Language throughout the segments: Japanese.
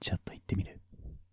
チャット行ってみる。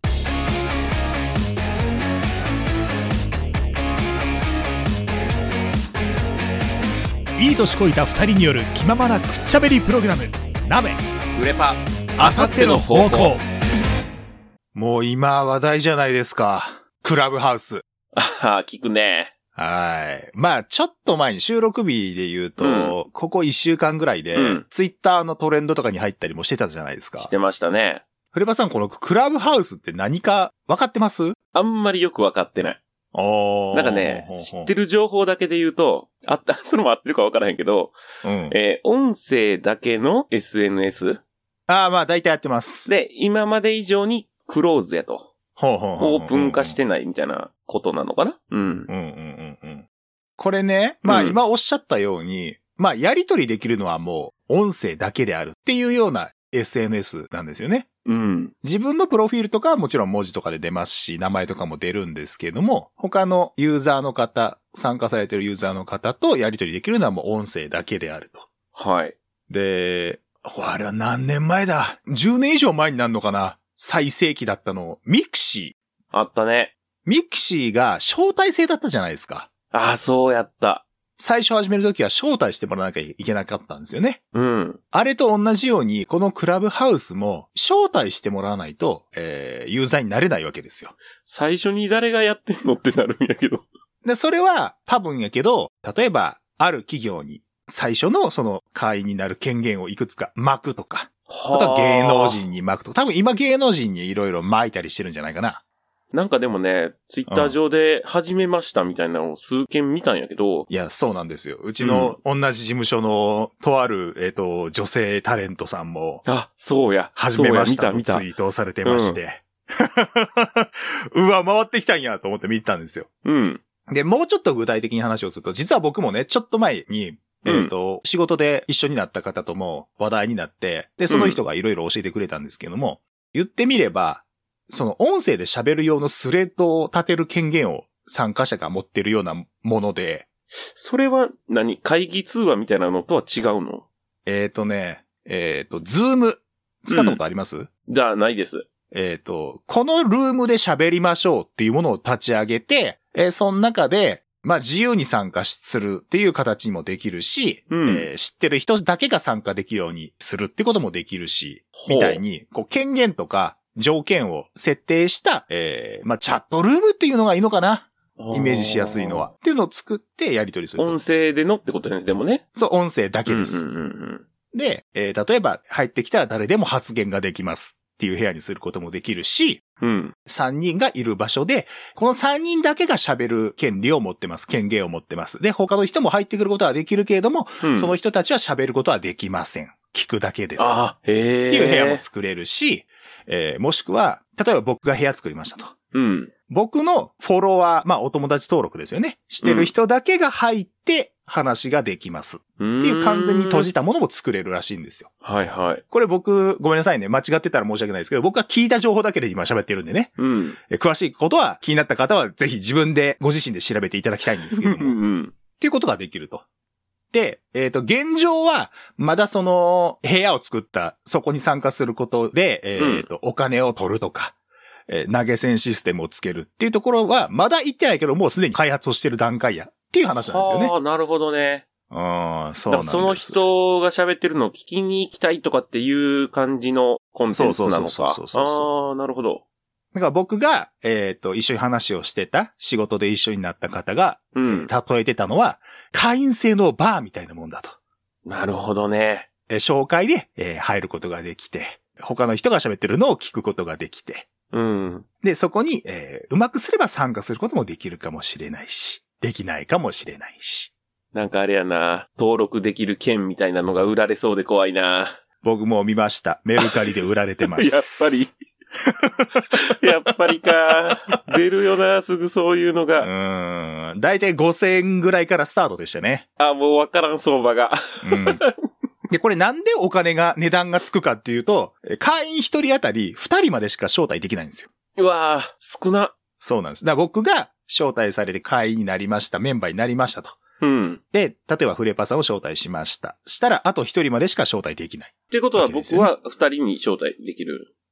いい年こいた二人による気ままなくっちゃべりプログラム、鍋売れパあさっての方向。 もう今話題じゃないですか。クラブハウス。 ああ、聞くね。 はい。まあ、ちょっと前に収録日で言うと、ここ1週間ぐらいで、ツイッターのトレンドとかに入ったりもしてたじゃないですか。 してましたね。 フレパさん、このクラブハウスって何か分かってます？ あんまりよく分かってない。なんかね、知ってる情報だけで言うと、それも合ってるか分からへんけど、音声だけの SNS？ ああ、まあ大体やってます。 で、今まで以上にクローズやと。オープン化してないみたいなことなのかな？ これね、まあ今おっしゃったように、まあやり取りできるのはもう音声だけであるっていうような SNS なんですよね。自分のプロフィールとかはもちろん文字とかで出ますし、名前とかも出るんですけども、他のユーザーの方、参加されてるユーザーの方とやり取りできるのはもう音声だけであると。 はい。 で、あれは何年前だ？ 10 年以上前になるのかな？最盛期だったの、ミクシー。あったね。 ミクシーが招待制だったじゃないですか。 ああ、そうやった。 最初始めるときは招待してもらわなきゃいけなかったんですよね。あれと同じように、このクラブハウスも招待してもらわないと、ユーザーになれないわけですよ。 最初に誰がやってんのってなるんやけど。 で、それは多分やけど、例えば、ある企業に最初のその会員になる権限をいくつか巻くとか、あとは芸能人に巻くとか、多分今芸能人にいろいろ巻いたりしてるんじゃないかな。 なんかでもね、ツイッター上で始めましたみたいなのを数件見たんやけど。 いや、そうなんですよ。うちの同じ事務所のとある、女性タレントさんも。 あ、そうや。 始めましたのツイートをされてまして。うわ、回ってきたんやと思って見てたんですよ。で、もうちょっと具体的に話をすると、実は僕もね、ちょっと前に、仕事で一緒になった方とも話題になって、で、その人がいろいろ教えてくれたんですけども、言ってみれば、その音声で喋る用のスレッドを立てる権限を参加者が持ってるようなもので。 それは会議通話みたいなのとは違うの？ ズーム。使ったことあります？ じゃあ、ないです。 このルームで喋りましょうっていうものを立ち上げて、その中で、まあ自由に参加するっていう形にもできるし、知ってる人だけが参加できるようにするってこともできるし、みたいに、こう権限とか条件を設定した、まあチャットルームっていうのがいいのかな？イメージしやすいのは。っていうのを作ってやり取りする。 音声でのってことね、でもね。 そう、音声だけです。で、例えば入ってきたら誰でも発言ができます。っていう部屋にすることもできるし、3人がいる場所で、この3人だけが喋る権利を持ってます。権限を持ってます。で、他の人も入ってくることはできるけれども、その人たちは喋ることはできません。聞くだけです。っていう部屋も作れるし、もしくは、例えば僕が部屋作りましたと。僕のフォロワー、まあお友達登録ですよね。してる人だけが入って話ができます。っていう完全に閉じたものも作れるらしいんですよ。 はいはい。 これ僕、ごめんなさいね。間違ってたら申し訳ないですけど、僕は聞いた情報だけで今喋ってるんでね。詳しいことは気になった方はぜひ自分でご自身で調べていただきたいんですけども。っていうことができると。で、現状は、まだその、部屋を作った、そこに参加することで、お金を取るとか、投げ銭システムをつけるっていうところは、まだ言ってないけど、もうすでに開発をしてる段階や。っていう話なんですよね。 ああ、なるほどね。 そうなんです。 その人が喋ってるのを聞きに行きたいとかっていう感じのコンテンツなのか。ああ、なるほど。 だから僕が、一緒に話をしてた、仕事で一緒になった方が、例えてたのは、会員制のバーみたいなもんだと。 なるほどね。 紹介で、入ることができて、他の人が喋ってるのを聞くことができて、で、そこに、うまくすれば参加することもできるかもしれないし、できないかもしれないし。 なんかあれやな、登録できる券みたいなのが売られそうで怖いな。僕も見ました。メルカリで売られてます。 やっぱり。やっぱりか。出るよな、すぐそういうのが。 だいたい5000円ぐらいからスタートでしたね。 もうわからん相場が。 で、これなんで値段がつくかっていうと、会員1人当たり2人までしか招待できないんですよ。 うわぁ、少な。 そうなんです。だから僕が招待されて会員になりました、メンバーになりましたと。で、例えばフレパさんを招待しました。したら、あと1人までしか招待できない。 ってことは僕は2人に招待できる。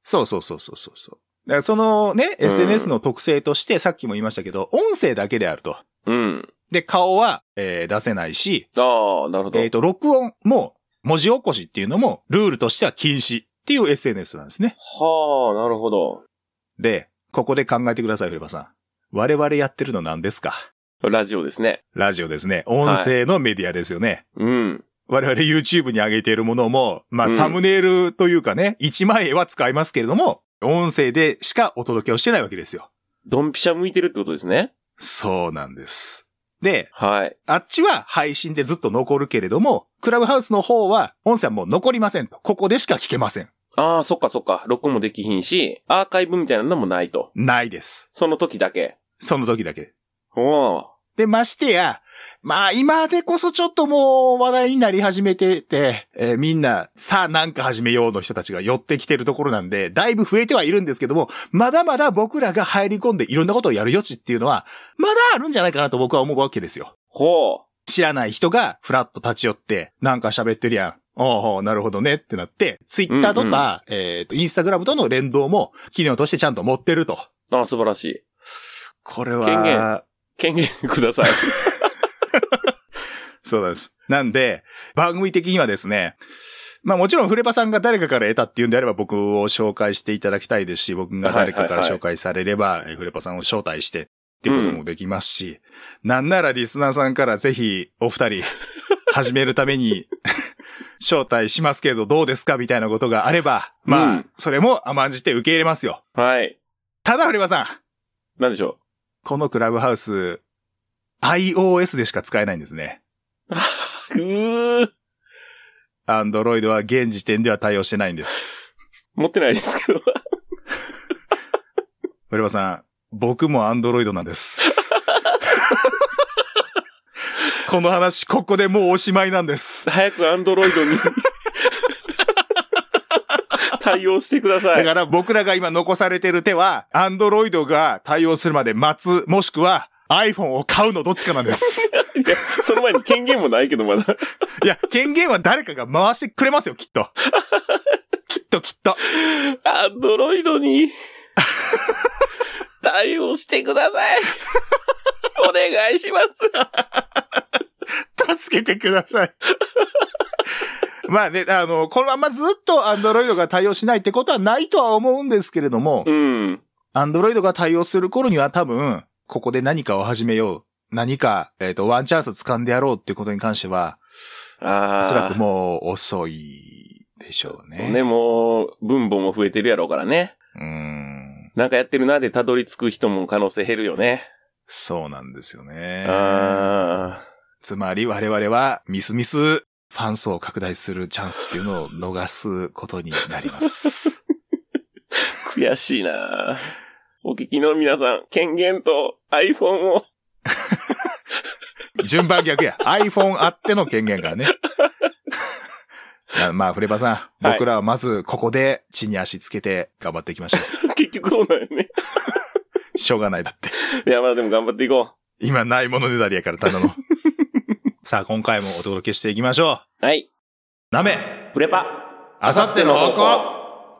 そうそうそうそうそう。だからそのね、SNS の特性としてさっきも言いましたけど、音声だけであると。 うん。 で、顔は、出せないし、 ああ、なるほど。 録音も、文字起こしっていうのも、ルールとしては禁止っていう SNS なんですね。 はあ、なるほど。 で、ここで考えてください、フレバさん。我々やってるの何ですか？ ラジオですね。 ラジオですね。音声のメディアですよね。 はい、うん。 我々 YouTube に上げているものも、まあ、サムネイルというかね、一枚絵は使いますけれども、音声でしかお届けをしてないわけですよ。 ドンピシャ向いてるってことですね。 そうなんです。で、 はい。 あっちは配信でずっと残るけれども、クラブハウスの方は音声はもう残りませんと。ここでしか聞けません。 ああ、そっかそっか。録音もできひんし、アーカイブみたいなのもないと。 ないです。 その時だけ。 その時だけ。 おー。 で、ましてや、まあ今でこそちょっともう話題になり始めてて、みんなさあなんか始めようの人たちが寄ってきてるところなんで、だいぶ増えてはいるんですけども、まだまだ僕らが入り込んでいろんなことをやる余地っていうのは、まだあるんじゃないかなと僕は思うわけですよ。 ほう。 知らない人がフラッと立ち寄って、なんか喋ってるやん。おうなるほどねってなって、ツイッターとか、インスタグラムとの連動も機能としてちゃんと持ってると。 ああ、素晴らしい。 これは、 権限ください。 そうなんです。なんで、番組的にはですね、まあもちろんフレパさんが誰かから得たっていうんであれば僕を紹介していただきたいですし、僕が誰かから紹介されれば、フレパさんを招待してっていうこともできますし、なんならリスナーさんからぜひお二人始めるために招待しますけどどうですかみたいなことがあれば、まあ、それも甘んじて受け入れますよ。 はい。 ただフレパさん。 なんでしょう。 このクラブハウス、iOS でしか使えないんですね。Android は現時点では対応してないんです。 持ってないですけど。 フレバさん、僕も Android なんです。この話、ここでもうおしまいなんです。 早く Android に対応してください。 だから僕らが今残されてる手は、Android が対応するまで待つ、もしくは iPhone を買うのどっちかなんです。 いや、その前に権限もないけどまだ。 いや、権限は誰かが回してくれますよ、きっと。きっと。 Android に対応してください。お願いします。 助けてください。まあね、このままずっと Android が対応しないってことはないとは思うんですけれども、Android が対応する頃には多分、ここで何かを始めよう。何か、ワンチャンス掴んでやろうっていうことに関しては、おそらくもう遅いでしょうね。 そうね、もう、分母も増えてるやろうからね。なんかやってるなでたどり着く人も可能性減るよね。 そうなんですよね。つまり我々はミスミスファン層を拡大するチャンスっていうのを逃すことになります。 悔しいな。お聞きの皆さん、権限と iPhone を。 順番逆や。iPhone あっての権限からね。まあ、フレバさん、はい、僕らはまずここで地に足つけて頑張っていきましょう。結局そうなんよね。 しょうがないだって。 いや、まあでも頑張っていこう。 今ないものねだりやからただの。さあ、今回もお届けしていきましょう。はい。 なめ、 プレパ、 あさっての方向。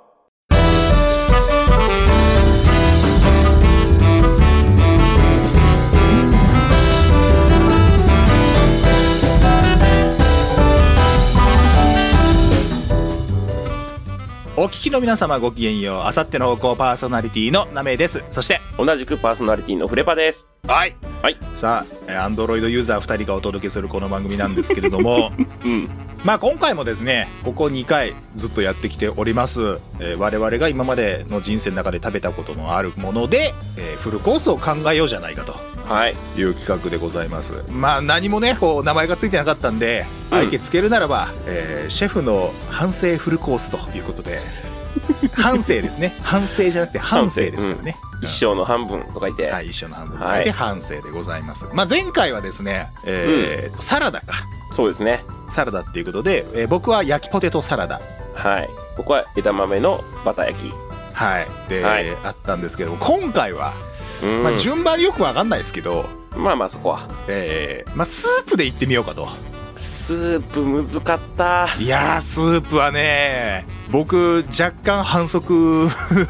お聞きの皆様ごきげんよう。あさっての方向パーソナリティのなめです。そして同じくパーソナリティのフレパです。 はい。 はい。 さあ、Android ユーザー2人がお届けするこの番組なんですけれども、まあ今回もですね、ここ2回ずっとやってきております。我々が今までの人生の中で食べたことのあるもので、フルコースを考えようじゃないかと。はい。いう企画でございます。まあ何もね、こう名前がついてなかったんで、あえてつけるならば、シェフの反省フルコースということで、反省ですね。反省じゃなくて反省ですからね。 一生の半分と書いて。 はい、一生の半分と書いて反省でございます。まあ前回はですね、サラダか。 そうですね。 サラダっていうことで、僕は焼きポテトサラダ。 はい。僕は枝豆のバター焼き。 はい。で、あったんですけども、今回は、まあ順番よくわかんないですけど、 まあまあそこは。 まあスープでいってみようかと。 スープむずかった。 いやー、スープはね、僕若干反則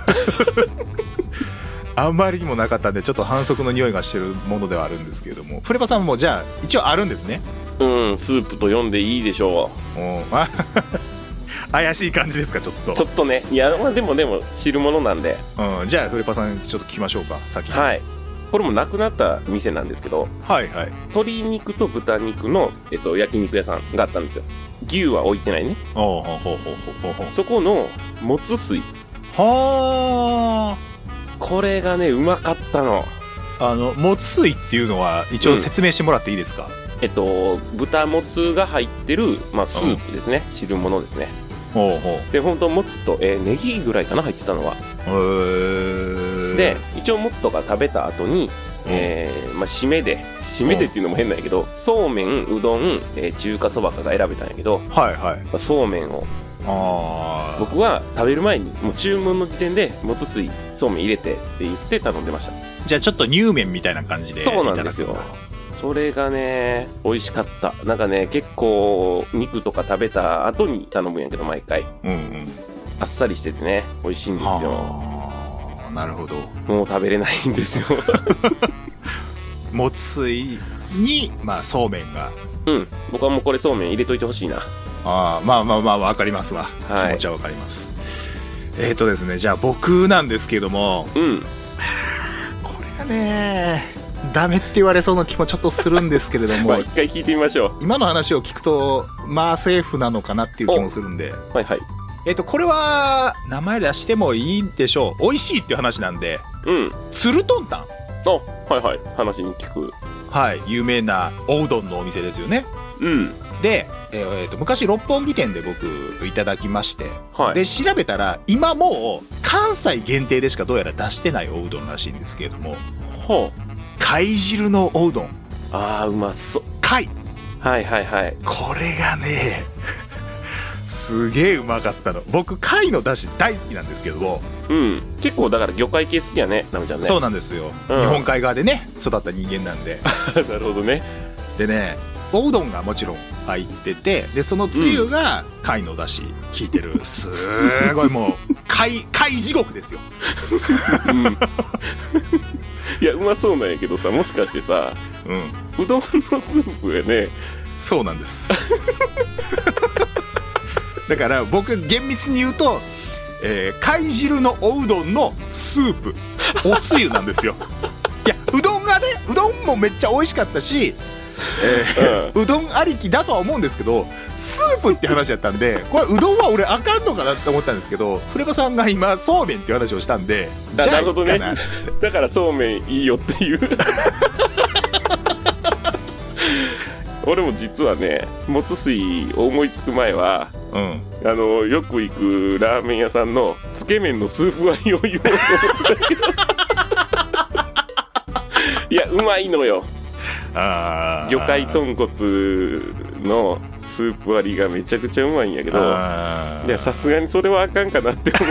あんまりにもなかったんでちょっと反則の匂いがしてるものではあるんですけれども、フレパさんもじゃあ一応あるんですね。 うん、スープと読んでいいでしょう。 怪しい感じですか、ちょっと。 ちょっとね、いや、まあ、でも知るものなんで。 うん、じゃあフレパさんちょっと聞きましょうか、先に。 はい。これもなくなった店なんですけど、 はいはい。 鶏肉と豚肉の、焼肉屋さんがあったんですよ。牛は置いてないね。そこのもつ水。 はあ。 これがね、うまかったの。 もつ水っていうのは一応説明してもらっていいですか？ 豚もつが入ってる、まあ、スープですね。汁物ですね。で、本当もつと、ネギぐらいかな、入ってたのは。で、一応もつとか食べた後に、まあ、締めでっていうのも変なんやけど、そうめん、うどん、中華そばかが選べたんやけど、 はいはい。 まあ、そうめんを、僕は食べる前に、もう注文の時点で、もつ水、そうめん入れてって言って頼んでました。 じゃあちょっと乳麺みたいな感じで。 そうなんですよ。それがね、美味しかった。なんかね、結構、肉とか食べた後に頼むんやけど、毎回。あっさりしててね、美味しいんですよ。 なるほど。 もう食べれないんですよ。 もつ水に、まあ、そうめんが。 うん。僕はもうこれそうめん入れといてほしいな。 まあ、わかりますわ。気持ちはわかります。ですね、じゃあ僕なんですけども。これがね、ダメって言われそうな気もちょっとするんですけれども。 まあ一回聞いてみましょう。 今の話を聞くと、まあセーフなのかなっていう気もするんで。 はいはい。 これは、名前出してもいいんでしょう。美味しいっていう話なんで。つるとんたん。 はいはい。話に聞く。 はい。有名なおうどんのお店ですよね。で、昔六本木店で僕いただきまして、で、調べたら、今もう関西限定でしかどうやら出してないおうどんらしいんですけれども。貝汁のおうどん。 うまそう。 貝。 はいはいはい。 これがね、すげえうまかったの。僕貝の出汁大好きなんですけども。 結構だから魚介系好きやね、ナミちゃんね。 そうなんですよ。日本海側でね、育った人間なんで。 なるほどね。 でね、おうどんがもちろん入ってて、でそのつゆが貝の出汁効いてる。すごいもう貝地獄ですよ。 いや、うまそうなんやけどさ、もしかしてさ、うどんのスープやね。 そうなんです。だから僕厳密に言うと、貝汁のおうどんのスープ、おつゆなんですよ。いや、うどんもめっちゃ美味しかったし、うどんありきだとは思うんですけど、スープって話やったんで、これうどんは俺あかんのかなって思ったんですけど、フレバさんが今そうめんっていう話をしたんで、じゃあいいかな。 だからそうめんいいよっていう。俺も実はね、もつ水を思いつく前は、よく行くラーメン屋さんのつけ麺のスープ割りを言おうと思ったけど。いや、うまいのよ。魚介豚骨のスープ割りがめちゃくちゃうまいんやけど、いや、さすがにそれはあかんかなって思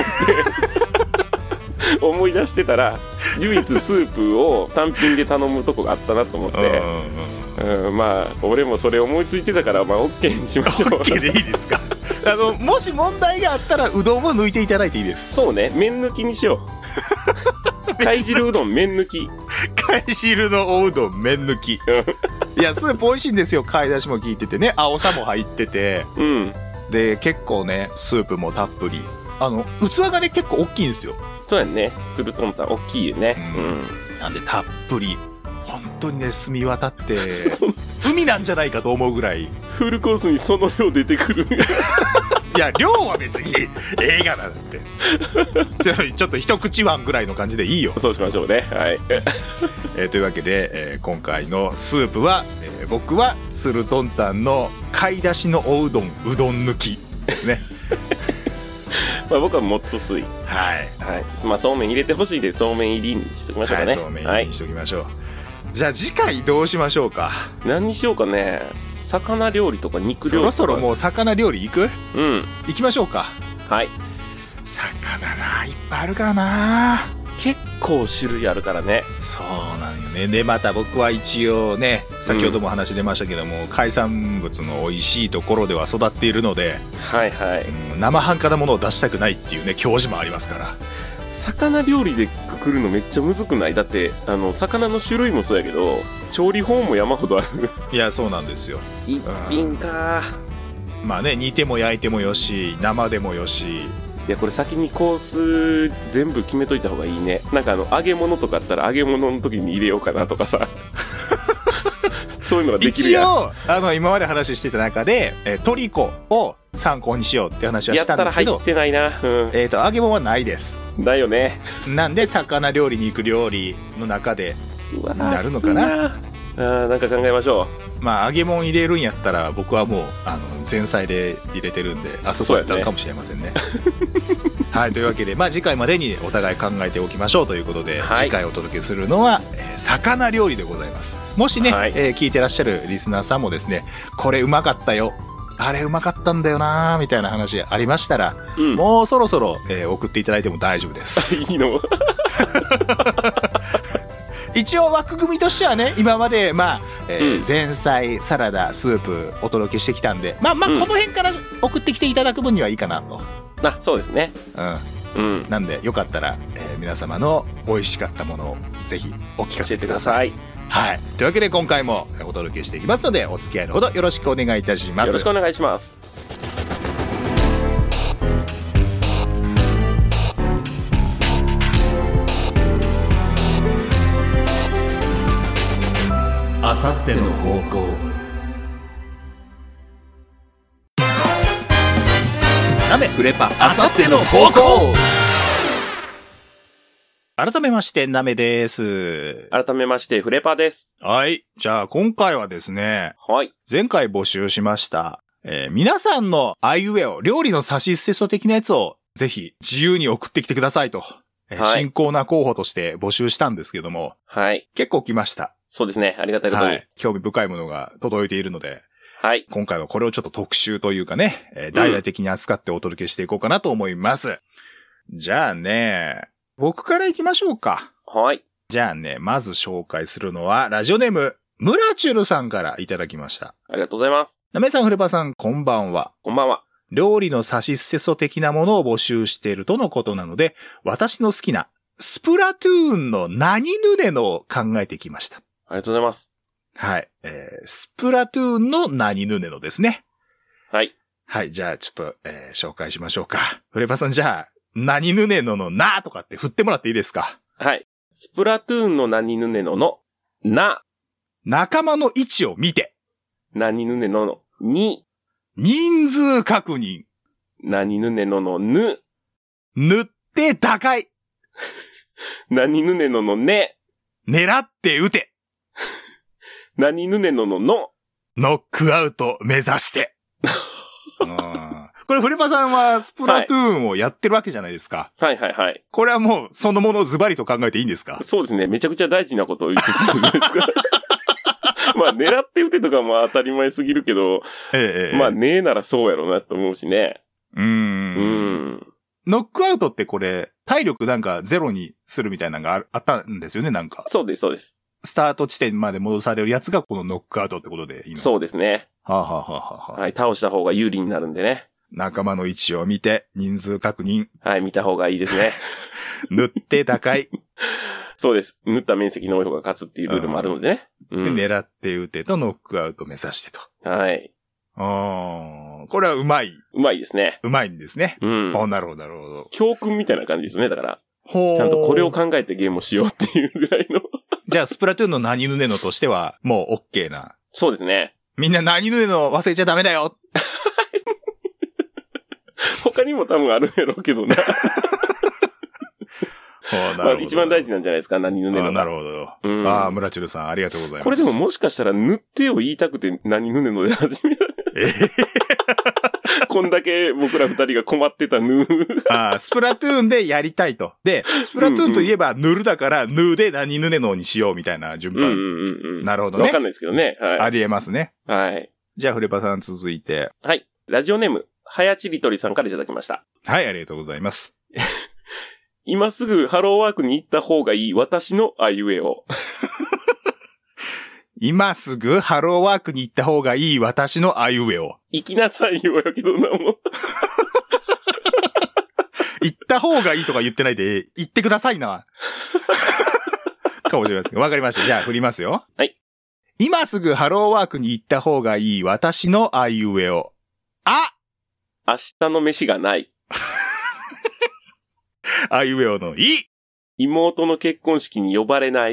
って思い出してたら、唯一スープを単品で頼むとこがあったなと思って、まあ俺もそれ思いついてたから、まあ OK にしましょう。 OK でいいですか。もし問題があったらうどんを抜いていただいていいです。 そうね、麺抜きにしよう。貝汁うどん麺抜き。 貝汁のおうどん麺抜き。いや、スープ美味しいんですよ。貝出しも効いててね、青さも入ってて、で結構ね、スープもたっぷり。器がね結構大きいんですよ。 そうやんね、つるとんたん大きいよね。 なんでたっぷり、本当にね、澄み渡って海なんじゃないかと思うぐらい。 フルコースにその量出てくる。 いや、量は別に映画なんだって。ちょっと一口ワンぐらいの感じでいいよ。 そうしましょうね。はい。 というわけで、今回のスープは、僕はつるとんたんの貝出しのおうどん抜きですね。 まあ僕はもつ水。 はい。 まあそうめん入れてほしいで、そうめん入りにしときましょうかね。 そうめん入りにしときましょう。じゃあ次回どうしましょうか。 何にしようかね。魚料理とか肉料理とか。 そろそろもう魚料理行く？ 行きましょうか。 はい。 魚な、いっぱいあるからな。 結構種類あるからね。 そうなんよね。で、また僕は一応ね、先ほども話出ましたけども、海産物の美味しいところでは育っているので、 はいはい。 生半可なものを出したくないっていうね、教示もありますから。 魚料理でくくるのめっちゃむずくない？だって魚の種類もそうやけど調理法も山ほどある。 いや、そうなんですよ。 一品か。 まあね、煮ても焼いてもよし、生でもよし。 いや、これ先にコース全部決めといた方がいいね。なんか揚げ物とかあったら揚げ物の時に入れようかなとかさ。そういうのができるやん。 一応今まで話してた中で、トリコを参考にしようって話はしたんですけど、 やったら入ってないな。 揚げ物はないです。 だよね。 なんで魚料理肉料理の中でなるのかな。 なんか考えましょう。まあ揚げ物入れるんやったら僕はもう前菜で入れてるんで、あそこやったのかもしれませんね。はい、というわけで、まあ次回までにお互い考えておきましょうということで、はい、次回お届けするのは、魚料理でございます。もしね、はい、聞いてらっしゃるリスナーさんもですね、これうまかったよ、あれうまかったんだよなみたいな話ありましたら、もうそろそろ、送っていただいても大丈夫です。 いいの？ 一応枠組みとしてはね、今まで前菜サラダスープお届けしてきたんで、この辺から送ってきていただく分にはいいかなと。 そうですね。 なんでよかったら、皆様の美味しかったものをぜひお聞かせください。はい。というわけで今回もお届けしていきますので、お付き合いのほどよろしくお願いいたします。 よろしくお願いします。 あさっての方向。 なめフレパあさっての方向。 改めましてなめです。 改めましてフレパです。 はい。じゃあ今回はですね、 はい。 前回募集しました、皆さんのあいうえお料理のさしすせそ的なやつをぜひ自由に送ってきてくださいと、新コーナー候補として募集したんですけども、 はい。 結構来ました。 そうですね。ありがたいことに。はい。 興味深いものが届いているので、 はい。 今回はこれをちょっと特集というかね、大々的に扱ってお届けしていこうかなと思います。じゃあね、僕から行きましょうか。 はい。 じゃあね、まず紹介するのは、ラジオネーム、ムラチュルさんからいただきました。 ありがとうございます。 なめさん、フレパさん、こんばんは。 こんばんは。 料理のさしすせそ的なものを募集しているとのことなので、私の好きなスプラトゥーンの何ヌネのを考えてきました。 ありがとうございます。 はい。スプラトゥーンの何ヌネのですね。 はい。 はい。じゃあ、ちょっと、紹介しましょうか。フレパさん、じゃあ、何ヌネののなとかって振ってもらっていいですか？ はい。スプラトゥーンの何ヌネのの、な。 仲間の位置を見て。 何ヌネのの、に。 人数確認。 何ヌネのの、ぬ。 塗って打開。 何ヌネのの、ね。 狙って撃て。 何ヌネのの、の。 ノックアウト目指して。これ、フレパさんはスプラトゥーンをやってるわけじゃないですか。 はいはいはい。 これはもう、そのものをズバリと考えていいんですか？ そうですね。めちゃくちゃ大事なことを言ってたじゃないですか。まあ、狙って撃てとかも当たり前すぎるけど、まあ、ねえならそうやろうなと思うしね。 ノックアウトってこれ、体力なんかゼロにするみたいなのがあったんですよね、なんか。 そうです、そうです。 スタート地点まで戻されるやつがこのノックアウトってことでいいの？ そうですね。はい、倒した方が有利になるんでね。 仲間の位置を見て、人数確認。 はい、見た方がいいですね。 塗って打開。 そうです。塗った面積の多い方が勝つっていうルールもあるのでね。 で狙って撃てとノックアウト目指してと。 はい。 これはうまい。 うまいですね。 うまいんですね。なるほど、なるほど。 教訓みたいな感じですね、だから。ちゃんとこれを考えてゲームをしようっていうぐらいの。 じゃあ、スプラトゥーンの何ヌネのとしては、もう OK な。 そうですね。 みんな何ヌネの忘れちゃダメだよ。 他にも多分あるやろうけどな。まあ、一番大事なんじゃないですか、何ヌネの。 なるほど。ムラチュルさん、ありがとうございます。 これでももしかしたら塗ってを言いたくて何ヌネので始めた。こんだけ僕ら二人が困ってたヌー。 スプラトゥーンでやりたいと。で、スプラトゥーンといえば塗るだから、ヌーで何ヌネのにしようみたいな順番。なるほどね。 わかんないですけどね。はい。 ありえますね。 はい。 じゃあ、フレパさん続いて。 はい。ラジオネーム、はやちりとりさんからいただきました。 はい、ありがとうございます。 今すぐハローワークに行った方がいい私のあいうえお。 今すぐハローワークに行った方がいい私のあいうえお。 行きなさいよやけどなもん。 行った方がいいとか言ってないで、行ってくださいな。かもしれません。わかりました。じゃあ振りますよ。 はい。 今すぐハローワークに行った方がいい私のあいうえお。あ！ 明日の飯がない。 あいうえおのい。 妹の結婚式に呼ばれない。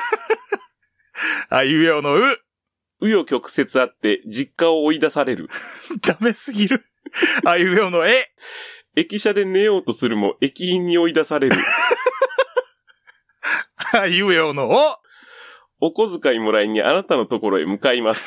あいうえおのう。 紆余曲折あって実家を追い出される。 ダメすぎる。あいうえおのえ。 駅舎で寝ようとするも駅員に追い出される。 あいうえおのお。 お小遣いもらいにあなたのところへ向かいます。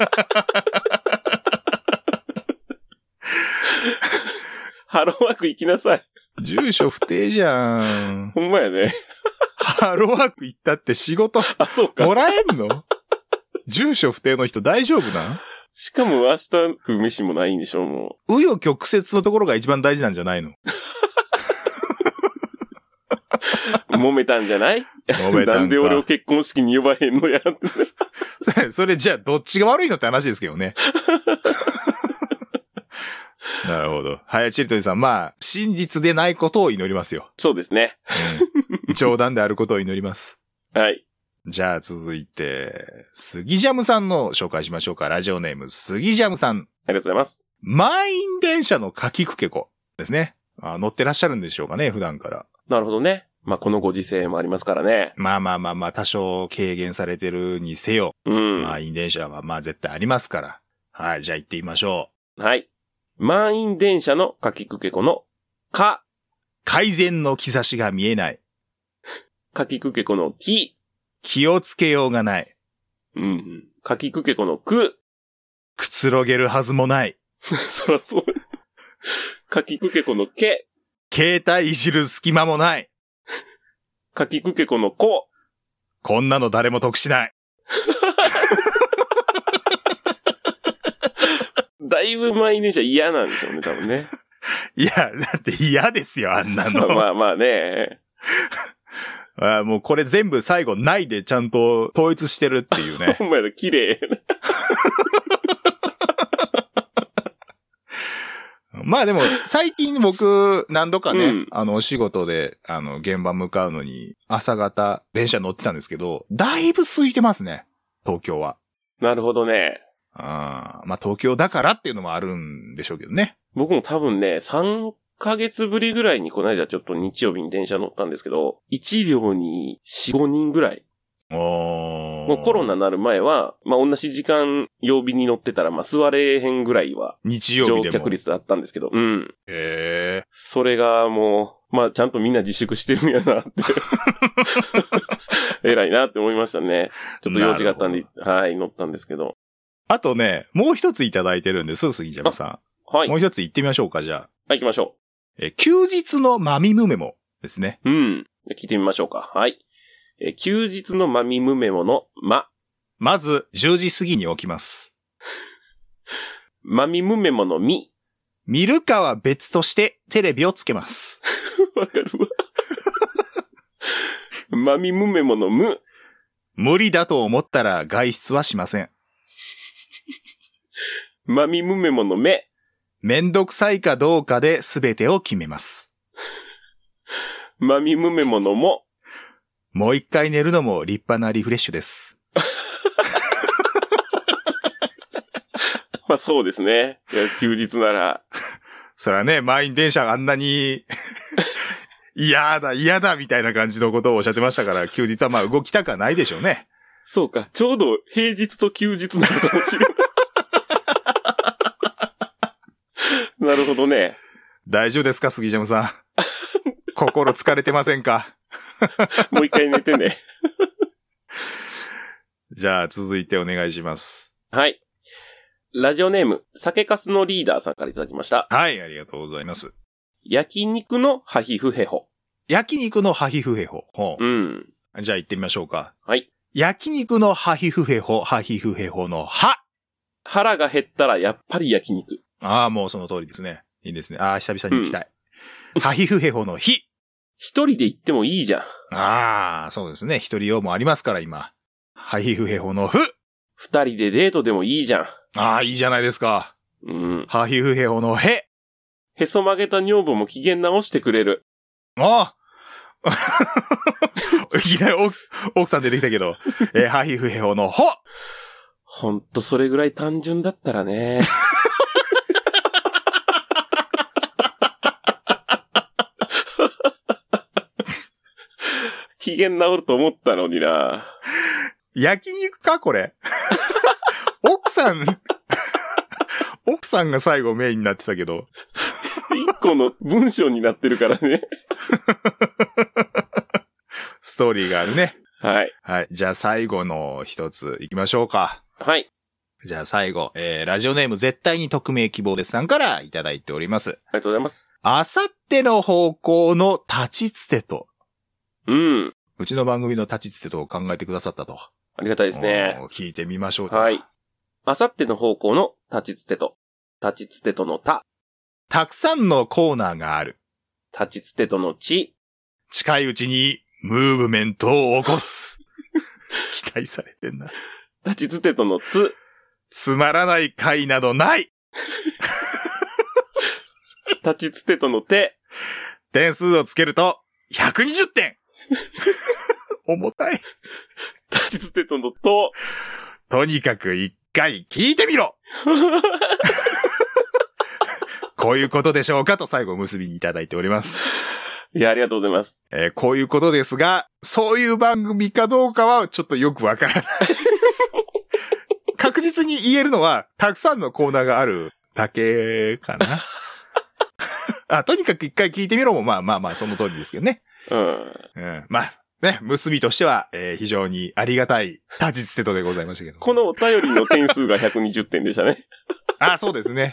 ハローワーク行きなさい。 住所不定じゃん。 ほんまやね。 ハローワーク行ったって仕事そうかもらえんの？住所不定の人大丈夫なん？ しかも明日食う飯もないんでしょ、もう。紆余曲折のところが一番大事なんじゃないの？ 揉めたんじゃない？ 揉めたんか。 なんで俺を結婚式に呼ばへんのやって。 それじゃあどっちが悪いのって話ですけどね。なるほど。はい、チリトリさん、まあ、真実でないことを祈りますよ。 そうですね。 冗談であることを祈ります。 はい。 じゃあ続いて、杉ジャムさんの紹介しましょうか。ラジオネーム、杉ジャムさん。 ありがとうございます。 満員電車のかきくけこですね。乗ってらっしゃるんでしょうかね、普段から。 なるほどね。まあ、このご時世もありますからね。 まあ、多少軽減されてるにせよ。 うん。 満員電車はまあ絶対ありますから。はい、じゃあ行ってみましょう。はい。満員電車のかきくけこの、か。 改善の兆しが見えない。 かきくけこのき。 気をつけようがない。 うん。かきくけこのく。 くつろげるはずもない。 そらそう。かきくけこのけ。 携帯いじる隙間もない。 かきくけこのこ。 こんなの誰も得しない。 だいぶ満員電車嫌なんでしょうね、多分ね。 いや、だって嫌ですよ、あんなの。 まあね。 もうこれ全部最後ないでちゃんと統一してるっていうね。 ほんまや、綺麗。 まあでも、最近僕、何度かね、お仕事で、現場向かうのに、朝方、電車乗ってたんですけど、だいぶ空いてますね、東京は。 なるほどね。 まあ東京だからっていうのもあるんでしょうけどね。 僕も多分ね、3ヶ月ぶりぐらいにこの間ちょっと日曜日に電車乗ったんですけど、1両に4、5人ぐらい。もうコロナになる前は、まあ同じ時間曜日に乗ってたら、まあ座れへんぐらいは、 日曜日でも乗客率あったんですけど、うん。 へー。 それがもう、まあちゃんとみんな自粛してるんやなって。偉いなって思いましたね。ちょっと用事があったんで、はい、乗ったんですけど。 あとね、もう一ついただいてるんです、杉ジャムさん。はい。もう一つ言ってみましょうか、じゃあ。 はい、行きましょう。休日のマミムメモですね。 うん。聞いてみましょうか。はい。休日のマミムメモのまず、10時過ぎに起きます。 マミムメモの見るかは別としてテレビをつけます。 わかるわ。マミムメモの無理だと思ったら外出はしません。 マミムメモのめんどくさいかどうかで全てを決めます。 マミムメモのもう一回寝るのも立派なリフレッシュです。 まあそうですね。いや休日なら。 そらね、満員電車あんなに嫌だみたいな感じのことをおっしゃってましたから、休日はまあ動きたくはないでしょうね。 そうか。ちょうど平日と休日なのかもしれない。なるほどね。 大丈夫ですか、杉ジャムさん。心疲れてませんか？ もう一回寝てね。 じゃあ続いてお願いします。 はい。ラジオネーム、酒粕のリーダーさんからいただきました。 はい、ありがとうございます。 焼肉のハヒフヘホ。 焼肉のハヒフヘホ。 うん。 じゃあ行ってみましょうか。 はい。 焼肉のハヒフヘホのハ。 腹が減ったらやっぱり焼肉。 もうその通りですね。いいですね。久々に行きたい。ハヒフヘホのヒ。 一人で行ってもいいじゃん。 ああ、そうですね。一人用もありますから、今。ハヒフヘホのフ。 二人でデートでもいいじゃん。 ああ、いいじゃないですか。 うん。 ハヒフヘホのヘ。 へそ曲げた女房も機嫌直してくれる。 ああいきなり奥さん出てきたけど、ハヒフヘホのホ。 ほんとそれぐらい単純だったらね。機嫌直ると思ったのにな。 焼肉かこれ。奥さんが最後メインになってたけど。 一個の文章になってるからね。 ストーリーがあるね。 はい。 はい。じゃあ最後の一つ行きましょうか。 はい。 じゃあ最後、ラジオネーム絶対に匿名希望ですさんからいただいております。 ありがとうございます。 あさっての方向の立ちつてと。 うん。 うちの番組の立ちつてとを考えてくださったと。 ありがたいですね。 聞いてみましょう。 はい。あさっての方向の立ちつてと。立ちつてとのた。 たくさんのコーナーがある。 立ちつてとのち。 近いうちにムーブメントを起こす。期待されてんな。 立ちつてとのつ。 つまらない回などない。 立ちつてとのて。 点数をつけると120点。重たい。 立ちつてとのと。 とにかく一回聞いてみろ。こういうことでしょうかと最後結びにいただいております。 いや、ありがとうございます。 こういうことですが、そういう番組かどうかはちょっとよくわからない。確実に言えるのは、たくさんのコーナーがあるだけかな。とにかく一回聞いてみろも、まあ、その通りですけどね。 うん。 まあ、ね、結びとしては、非常にありがたい立ちつてとでございましたけど。 このお便りの点数が120点でしたね。 そうですね。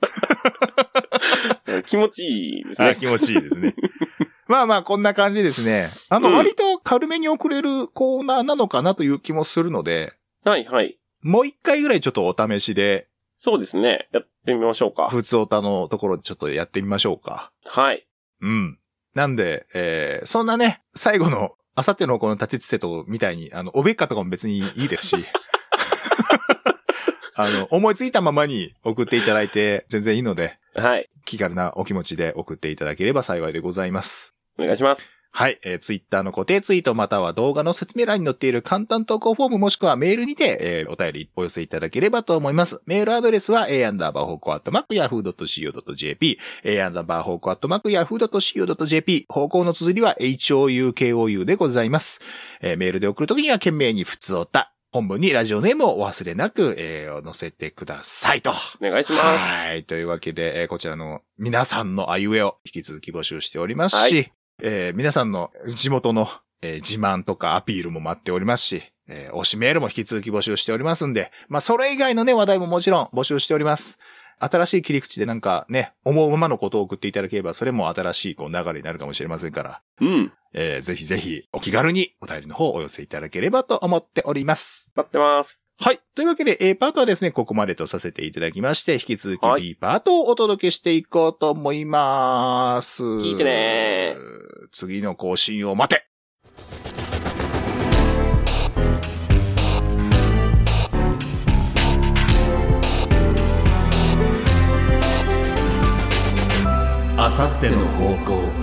気持ちいいですね。 気持ちいいですね。まあ、こんな感じですね。割と軽めに送れるコーナーなのかなという気もするので。 はいはい。 もう一回ぐらいちょっとお試しで。 そうですね。やってみましょうか。 普通オタのところでちょっとやってみましょうか。 はい。 うん。なんで、そんなね、最後の、あさってのこの立ちつてとみたいに、おべっかとかも別にいいですし。思いついたままに送っていただいて全然いいので。 はい。 気軽なお気持ちで送っていただければ幸いでございます。 お願いします。 はい。ツイッターの固定ツイートまたは動画の説明欄に載っている簡単投稿フォームもしくはメールにて、お便りお寄せいただければと思います。メールアドレスは a_yahoo.co.jp a_yahoo.co.jp 方向の綴りは houkou でございます。メールで送るときには懸命にふつおた。本文にラジオネームをお忘れなく、載せてくださいと。 お願いします。 はい。というわけで、こちらの皆さんのあいうえを引き続き募集しておりますし、皆さんの地元の、自慢とかアピールも待っておりますし、推しメールも引き続き募集しておりますんで、まあ、それ以外のね、話題ももちろん募集しております。新しい切り口でなんかね、思うままのことを送っていただければ、それも新しいこう流れになるかもしれませんから。 うん。 ぜひぜひお気軽にお便りの方をお寄せいただければと思っております。 待ってます。 はい。というわけで A パートはですね、ここまでとさせていただきまして、引き続き B パートをお届けしていこうと思います。 聞いてねー。 次の更新を待て。 あさっての方向。